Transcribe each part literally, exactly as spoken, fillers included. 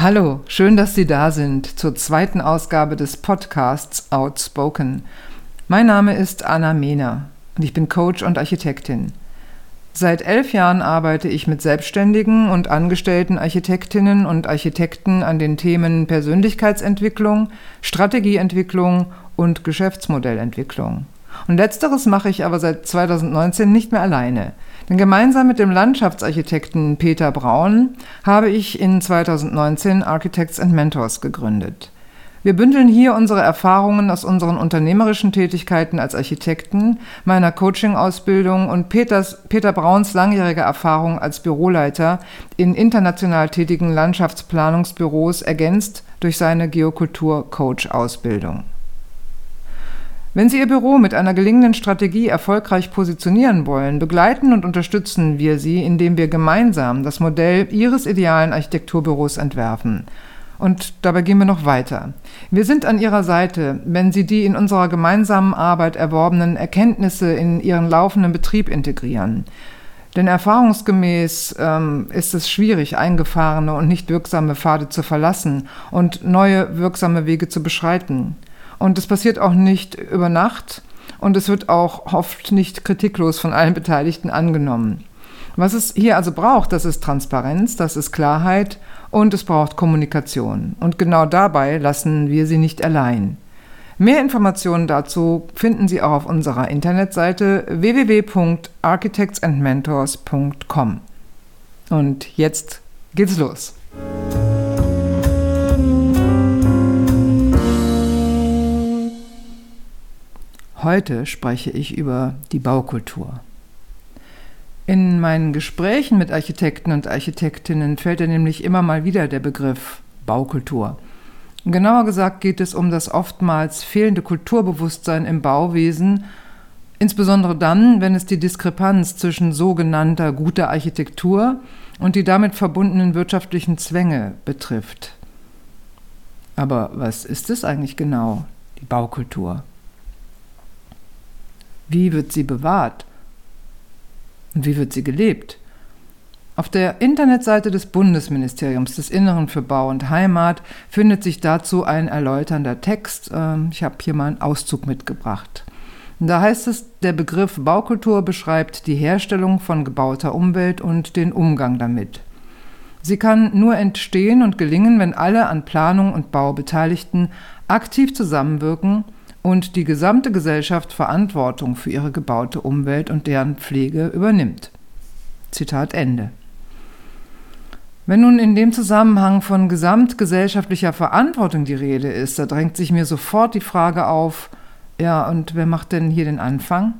Hallo, schön, dass Sie da sind zur zweiten Ausgabe des Podcasts Outspoken. Mein Name ist Anna Mehner und ich bin Coach und Architektin. Seit elf Jahren arbeite ich mit selbstständigen und angestellten Architektinnen und Architekten an den Themen Persönlichkeitsentwicklung, Strategieentwicklung und Geschäftsmodellentwicklung. Und letzteres mache ich aber seit zweitausendneunzehn nicht mehr alleine. Denn gemeinsam mit dem Landschaftsarchitekten Peter Braun habe ich in zweitausendneunzehn Architects and Mentors gegründet. Wir bündeln hier unsere Erfahrungen aus unseren unternehmerischen Tätigkeiten als Architekten, meiner Coaching-Ausbildung und Peters, Peter Brauns langjährige Erfahrung als Büroleiter in international tätigen Landschaftsplanungsbüros, ergänzt durch seine Geokultur-Coach-Ausbildung. Wenn Sie Ihr Büro mit einer gelingenden Strategie erfolgreich positionieren wollen, begleiten und unterstützen wir Sie, indem wir gemeinsam das Modell Ihres idealen Architekturbüros entwerfen. Und dabei gehen wir noch weiter. Wir sind an Ihrer Seite, wenn Sie die in unserer gemeinsamen Arbeit erworbenen Erkenntnisse in Ihren laufenden Betrieb integrieren. Denn erfahrungsgemäß ähm, ist es schwierig, eingefahrene und nicht wirksame Pfade zu verlassen und neue wirksame Wege zu beschreiten. Und es passiert auch nicht über Nacht und es wird auch oft nicht kritiklos von allen Beteiligten angenommen. Was es hier also braucht, das ist Transparenz, das ist Klarheit und es braucht Kommunikation. Und genau dabei lassen wir Sie nicht allein. Mehr Informationen dazu finden Sie auch auf unserer Internetseite w w w punkt architects and mentors punkt com. Und jetzt geht's los. Heute spreche ich über die Baukultur. In meinen Gesprächen mit Architekten und Architektinnen fällt ja nämlich immer mal wieder der Begriff Baukultur. Genauer gesagt geht es um das oftmals fehlende Kulturbewusstsein im Bauwesen, insbesondere dann, wenn es die Diskrepanz zwischen sogenannter guter Architektur und die damit verbundenen wirtschaftlichen Zwänge betrifft. Aber was ist es eigentlich genau, die Baukultur? Wie wird sie bewahrt? Und wie wird sie gelebt? Auf der Internetseite des Bundesministeriums des Inneren für Bau und Heimat findet sich dazu ein erläuternder Text. Ich habe hier mal einen Auszug mitgebracht. Da heißt es, der Begriff Baukultur beschreibt die Herstellung von gebauter Umwelt und den Umgang damit. Sie kann nur entstehen und gelingen, wenn alle an Planung und Bau Beteiligten aktiv zusammenwirken und die gesamte Gesellschaft Verantwortung für ihre gebaute Umwelt und deren Pflege übernimmt. Zitat Ende. Wenn nun in dem Zusammenhang von gesamtgesellschaftlicher Verantwortung die Rede ist, da drängt sich mir sofort die Frage auf, ja, und wer macht denn hier den Anfang?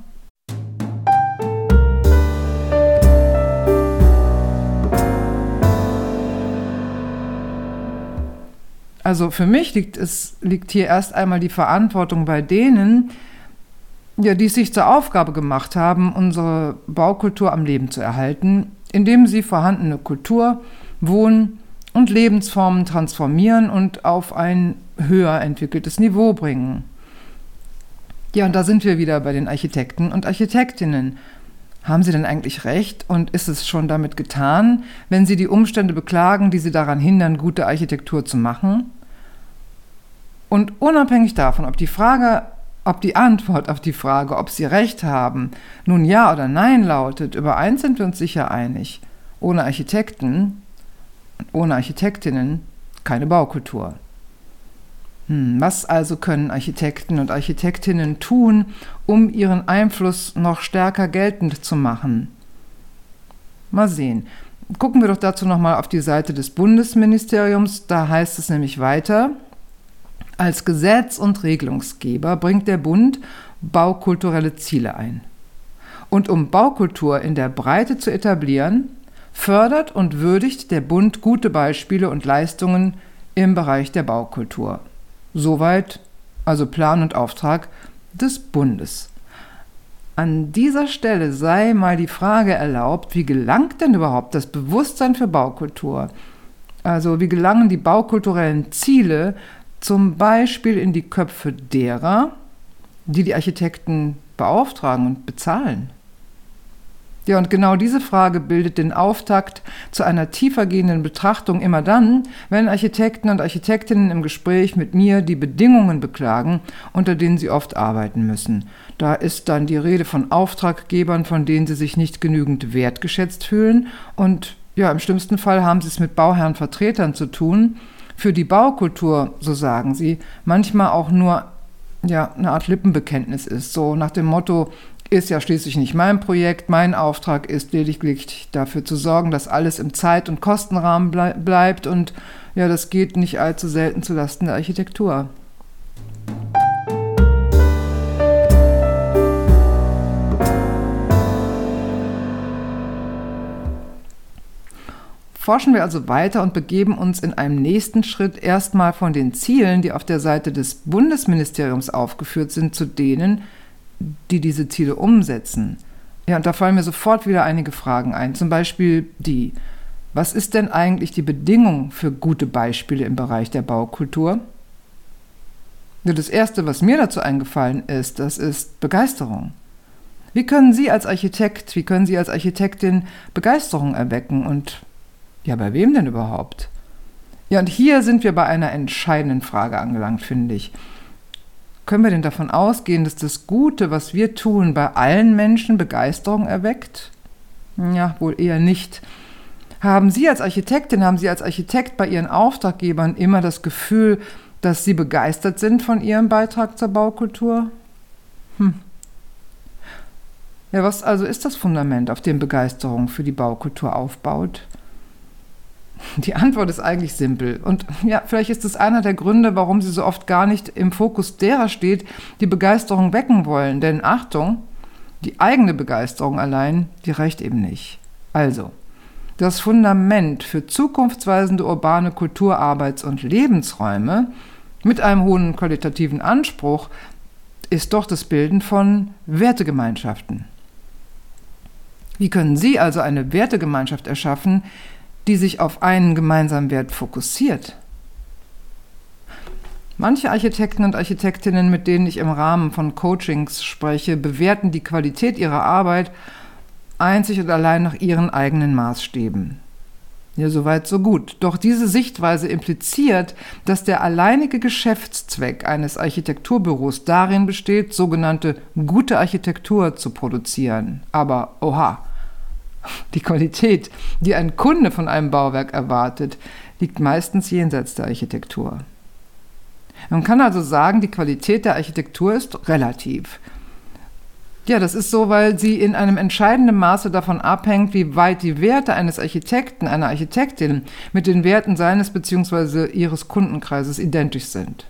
Also für mich liegt es liegt hier erst einmal die Verantwortung bei denen, ja, die es sich zur Aufgabe gemacht haben, unsere Baukultur am Leben zu erhalten, indem sie vorhandene Kultur, Wohn- und Lebensformen transformieren und auf ein höher entwickeltes Niveau bringen. Ja, und da sind wir wieder bei den Architekten und Architektinnen. Haben sie denn eigentlich recht und ist es schon damit getan, wenn sie die Umstände beklagen, die sie daran hindern, gute Architektur zu machen? Und unabhängig davon, ob die Frage, ob die Antwort auf die Frage, ob sie recht haben, nun ja oder nein lautet, über eins sind wir uns sicher einig: Ohne Architekten und ohne Architektinnen keine Baukultur. Hm, was also können Architekten und Architektinnen tun, um ihren Einfluss noch stärker geltend zu machen? Mal sehen. Gucken wir doch dazu nochmal auf die Seite des Bundesministeriums. Da heißt es nämlich weiter: Als Gesetz- und Regelungsgeber bringt der Bund baukulturelle Ziele ein. Und um Baukultur in der Breite zu etablieren, fördert und würdigt der Bund gute Beispiele und Leistungen im Bereich der Baukultur. Soweit also Plan und Auftrag des Bundes. An dieser Stelle sei mal die Frage erlaubt, wie gelangt denn überhaupt das Bewusstsein für Baukultur? Also wie gelangen die baukulturellen Ziele zum Beispiel in die Köpfe derer, die die Architekten beauftragen und bezahlen? Ja, und genau diese Frage bildet den Auftakt zu einer tiefergehenden Betrachtung immer dann, wenn Architekten und Architektinnen im Gespräch mit mir die Bedingungen beklagen, unter denen sie oft arbeiten müssen. Da ist dann die Rede von Auftraggebern, von denen sie sich nicht genügend wertgeschätzt fühlen, und ja, im schlimmsten Fall haben sie es mit Bauherrenvertretern zu tun, für die Baukultur, so sagen sie, manchmal auch nur ja, eine Art Lippenbekenntnis ist, so nach dem Motto: Ist ja schließlich nicht mein Projekt, mein Auftrag ist lediglich dafür zu sorgen, dass alles im Zeit- und Kostenrahmen blei- bleibt, und ja, das geht nicht allzu selten zulasten der Architektur. Forschen wir also weiter und begeben uns in einem nächsten Schritt erstmal von den Zielen, die auf der Seite des Bundesministeriums aufgeführt sind, zu denen, die diese Ziele umsetzen. Ja, und da fallen mir sofort wieder einige Fragen ein. Zum Beispiel die: Was ist denn eigentlich die Bedingung für gute Beispiele im Bereich der Baukultur? Ja, das Erste, was mir dazu eingefallen ist, das ist Begeisterung. Wie können Sie als Architekt, wie können Sie als Architektin Begeisterung erwecken, und ja, bei wem denn überhaupt? Ja, und hier sind wir bei einer entscheidenden Frage angelangt, finde ich. Können wir denn davon ausgehen, dass das Gute, was wir tun, bei allen Menschen Begeisterung erweckt? Ja, wohl eher nicht. Haben Sie als Architektin, haben Sie als Architekt bei Ihren Auftraggebern immer das Gefühl, dass Sie begeistert sind von Ihrem Beitrag zur Baukultur? Hm. Ja, was also ist das Fundament, auf dem Begeisterung für die Baukultur aufbaut? Die Antwort ist eigentlich simpel, und ja, vielleicht ist es einer der Gründe, warum sie so oft gar nicht im Fokus derer steht, die Begeisterung wecken wollen. Denn Achtung, die eigene Begeisterung allein, die reicht eben nicht. Also, das Fundament für zukunftsweisende urbane Kulturarbeits- und Lebensräume mit einem hohen qualitativen Anspruch ist doch das Bilden von Wertegemeinschaften. Wie können Sie also eine Wertegemeinschaft erschaffen, die sich auf einen gemeinsamen Wert fokussiert? Manche Architekten und Architektinnen, mit denen ich im Rahmen von Coachings spreche, bewerten die Qualität ihrer Arbeit einzig und allein nach ihren eigenen Maßstäben. Ja, soweit, so gut. Doch diese Sichtweise impliziert, dass der alleinige Geschäftszweck eines Architekturbüros darin besteht, sogenannte gute Architektur zu produzieren. Aber oha! Die Qualität, die ein Kunde von einem Bauwerk erwartet, liegt meistens jenseits der Architektur. Man kann also sagen, die Qualität der Architektur ist relativ. Ja, das ist so, weil sie in einem entscheidenden Maße davon abhängt, wie weit die Werte eines Architekten, einer Architektin mit den Werten seines bzw. ihres Kundenkreises identisch sind.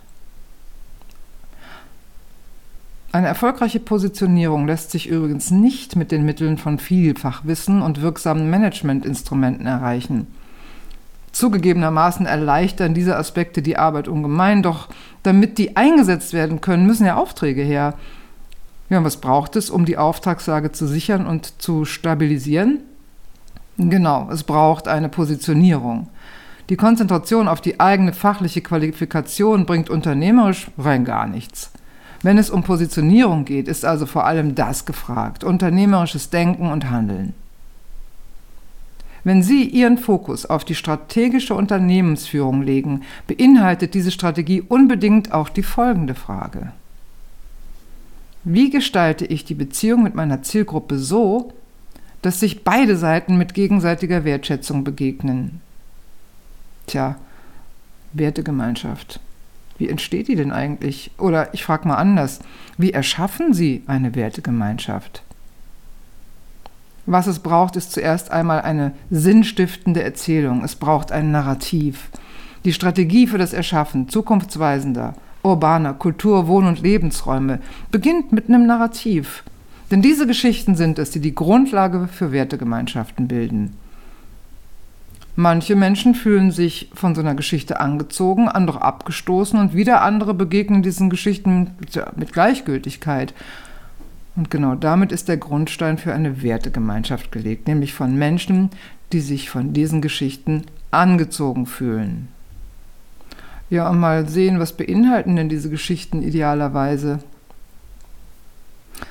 Eine erfolgreiche Positionierung lässt sich übrigens nicht mit den Mitteln von Vielfachwissen und wirksamen Managementinstrumenten erreichen. Zugegebenermaßen erleichtern diese Aspekte die Arbeit ungemein, doch damit die eingesetzt werden können, müssen ja Aufträge her. Ja, und was braucht es, um die Auftragslage zu sichern und zu stabilisieren? Genau, es braucht eine Positionierung. Die Konzentration auf die eigene fachliche Qualifikation bringt unternehmerisch rein gar nichts. Wenn es um Positionierung geht, ist also vor allem das gefragt: unternehmerisches Denken und Handeln. Wenn Sie Ihren Fokus auf die strategische Unternehmensführung legen, beinhaltet diese Strategie unbedingt auch die folgende Frage: Wie gestalte ich die Beziehung mit meiner Zielgruppe so, dass sich beide Seiten mit gegenseitiger Wertschätzung begegnen? Tja, Wertegemeinschaft. Wie entsteht die denn eigentlich? Oder ich frage mal anders: Wie erschaffen Sie eine Wertegemeinschaft? Was es braucht, ist zuerst einmal eine sinnstiftende Erzählung. Es braucht ein Narrativ. Die Strategie für das Erschaffen zukunftsweisender, urbaner Kultur-, Wohn- und Lebensräume beginnt mit einem Narrativ. Denn diese Geschichten sind es, die die Grundlage für Wertegemeinschaften bilden. Manche Menschen fühlen sich von so einer Geschichte angezogen, andere abgestoßen, und wieder andere begegnen diesen Geschichten mit Gleichgültigkeit. Und genau damit ist der Grundstein für eine Wertegemeinschaft gelegt, nämlich von Menschen, die sich von diesen Geschichten angezogen fühlen. Ja, und mal sehen, was beinhalten denn diese Geschichten idealerweise?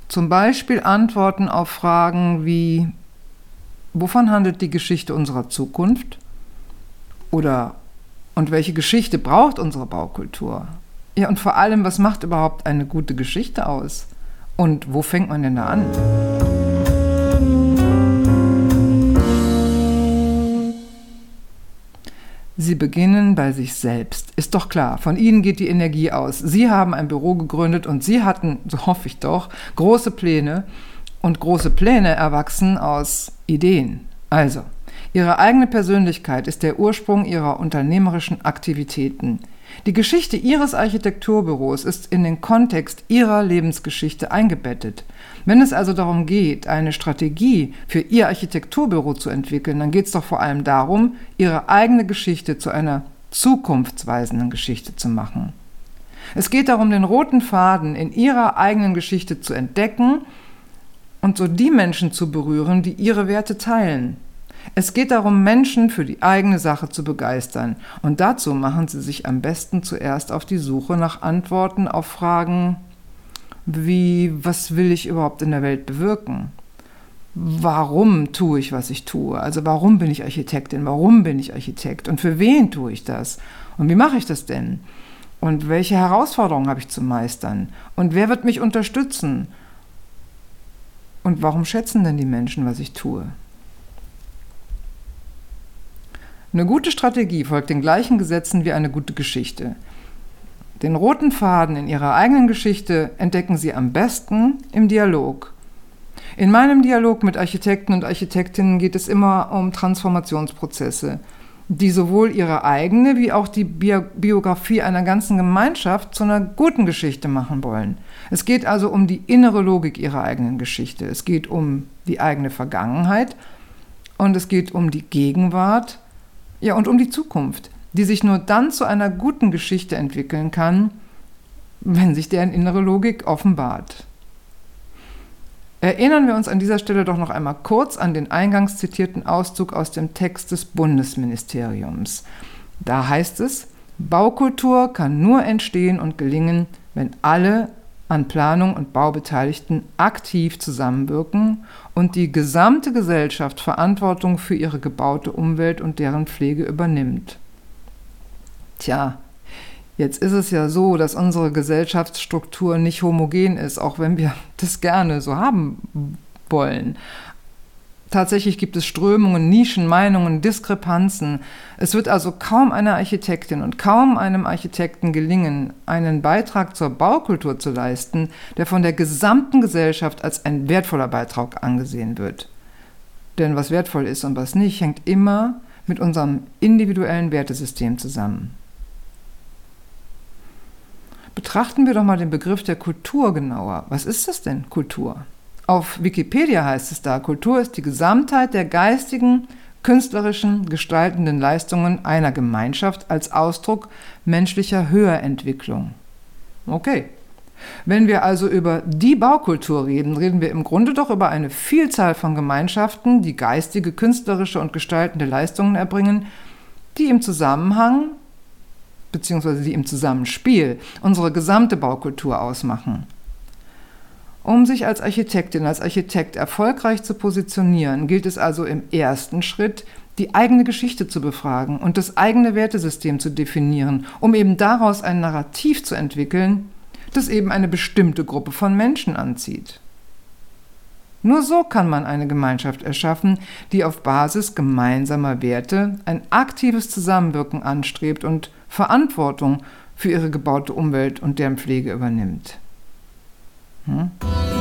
Zum Beispiel Antworten auf Fragen wie: Wovon handelt die Geschichte unserer Zukunft? Oder und welche Geschichte braucht unsere Baukultur? Ja, und vor allem, was macht überhaupt eine gute Geschichte aus? Und wo fängt man denn da an? Sie beginnen bei sich selbst. Ist doch klar, von Ihnen geht die Energie aus. Sie haben ein Büro gegründet und Sie hatten, so hoffe ich doch, große Pläne. Und große Pläne erwachsen aus Ideen. Also, Ihre eigene Persönlichkeit ist der Ursprung Ihrer unternehmerischen Aktivitäten. Die Geschichte Ihres Architekturbüros ist in den Kontext Ihrer Lebensgeschichte eingebettet. Wenn es also darum geht, eine Strategie für Ihr Architekturbüro zu entwickeln, dann geht es doch vor allem darum, Ihre eigene Geschichte zu einer zukunftsweisenden Geschichte zu machen. Es geht darum, den roten Faden in Ihrer eigenen Geschichte zu entdecken und so die Menschen zu berühren, die Ihre Werte teilen. Es geht darum, Menschen für die eigene Sache zu begeistern. Und dazu machen Sie sich am besten zuerst auf die Suche nach Antworten auf Fragen wie: Was will ich überhaupt in der Welt bewirken? Warum tue ich, was ich tue? Also warum bin ich Architektin? Warum bin ich Architekt? Und für wen tue ich das? Und wie mache ich das denn? Und welche Herausforderungen habe ich zu meistern? Und wer wird mich unterstützen? Und warum schätzen denn die Menschen, was ich tue? Eine gute Strategie folgt den gleichen Gesetzen wie eine gute Geschichte. Den roten Faden in Ihrer eigenen Geschichte entdecken Sie am besten im Dialog. In meinem Dialog mit Architekten und Architektinnen geht es immer um Transformationsprozesse, die sowohl ihre eigene wie auch die Bi- Biografie einer ganzen Gemeinschaft zu einer guten Geschichte machen wollen. Es geht also um die innere Logik Ihrer eigenen Geschichte. Es geht um die eigene Vergangenheit und es geht um die Gegenwart, ja, und um die Zukunft, die sich nur dann zu einer guten Geschichte entwickeln kann, wenn sich deren innere Logik offenbart. Erinnern wir uns an dieser Stelle doch noch einmal kurz an den eingangs zitierten Auszug aus dem Text des Bundesministeriums. Da heißt es: Baukultur kann nur entstehen und gelingen, wenn alle an Planung und Bau Beteiligten aktiv zusammenwirken und die gesamte Gesellschaft Verantwortung für ihre gebaute Umwelt und deren Pflege übernimmt. Tja, jetzt ist es ja so, dass unsere Gesellschaftsstruktur nicht homogen ist, auch wenn wir das gerne so haben wollen. Tatsächlich gibt es Strömungen, Nischen, Meinungen, Diskrepanzen. Es wird also kaum einer Architektin und kaum einem Architekten gelingen, einen Beitrag zur Baukultur zu leisten, der von der gesamten Gesellschaft als ein wertvoller Beitrag angesehen wird. Denn was wertvoll ist und was nicht, hängt immer mit unserem individuellen Wertesystem zusammen. Betrachten wir doch mal den Begriff der Kultur genauer. Was ist das denn, Kultur? Auf Wikipedia heißt es da: Kultur ist die Gesamtheit der geistigen, künstlerischen, gestaltenden Leistungen einer Gemeinschaft als Ausdruck menschlicher Höherentwicklung. Okay. Wenn wir also über die Baukultur reden, reden wir im Grunde doch über eine Vielzahl von Gemeinschaften, die geistige, künstlerische und gestaltende Leistungen erbringen, die im Zusammenhang bzw. die im Zusammenspiel unsere gesamte Baukultur ausmachen. Um sich als Architektin, als Architekt erfolgreich zu positionieren, gilt es also im ersten Schritt, die eigene Geschichte zu befragen und das eigene Wertesystem zu definieren, um eben daraus ein Narrativ zu entwickeln, das eben eine bestimmte Gruppe von Menschen anzieht. Nur so kann man eine Gemeinschaft erschaffen, die auf Basis gemeinsamer Werte ein aktives Zusammenwirken anstrebt und Verantwortung für ihre gebaute Umwelt und deren Pflege übernimmt. Hm?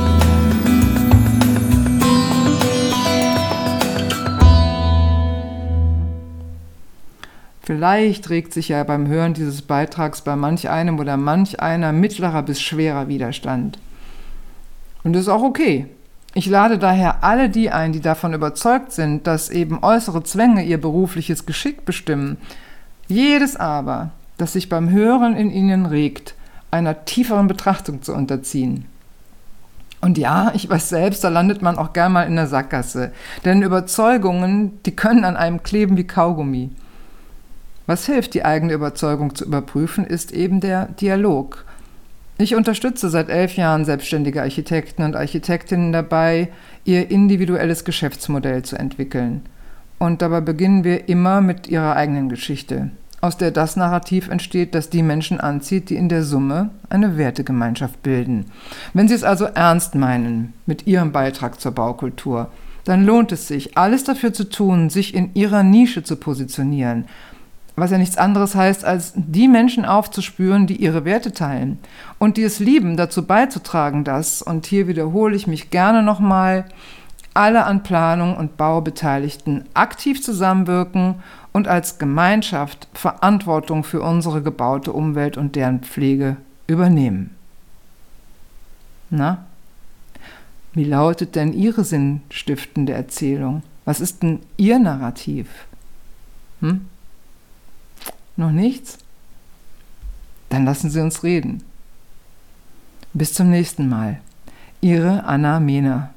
Vielleicht regt sich ja beim Hören dieses Beitrags bei manch einem oder manch einer mittlerer bis schwerer Widerstand. Und das ist auch okay. Ich lade daher alle die ein, die davon überzeugt sind, dass eben äußere Zwänge ihr berufliches Geschick bestimmen, jedes Aber, das sich beim Hören in ihnen regt, einer tieferen Betrachtung zu unterziehen. Und ja, ich weiß selbst, da landet man auch gern mal in der Sackgasse. Denn Überzeugungen, die können an einem kleben wie Kaugummi. Was hilft, die eigene Überzeugung zu überprüfen, ist eben der Dialog. Ich unterstütze seit elf Jahren selbstständige Architekten und Architektinnen dabei, ihr individuelles Geschäftsmodell zu entwickeln. Und dabei beginnen wir immer mit ihrer eigenen Geschichte, aus der das Narrativ entsteht, das die Menschen anzieht, die in der Summe eine Wertegemeinschaft bilden. Wenn Sie es also ernst meinen mit Ihrem Beitrag zur Baukultur, dann lohnt es sich, alles dafür zu tun, sich in Ihrer Nische zu positionieren, was ja nichts anderes heißt, als die Menschen aufzuspüren, die ihre Werte teilen und die es lieben, dazu beizutragen, dass, und hier wiederhole ich mich gerne nochmal, alle an Planung und Bau Beteiligten aktiv zusammenwirken und als Gemeinschaft Verantwortung für unsere gebaute Umwelt und deren Pflege übernehmen. Na? Wie lautet denn Ihre sinnstiftende Erzählung? Was ist denn Ihr Narrativ? Hm? Noch nichts? Dann lassen Sie uns reden. Bis zum nächsten Mal. Ihre Anna Mehner.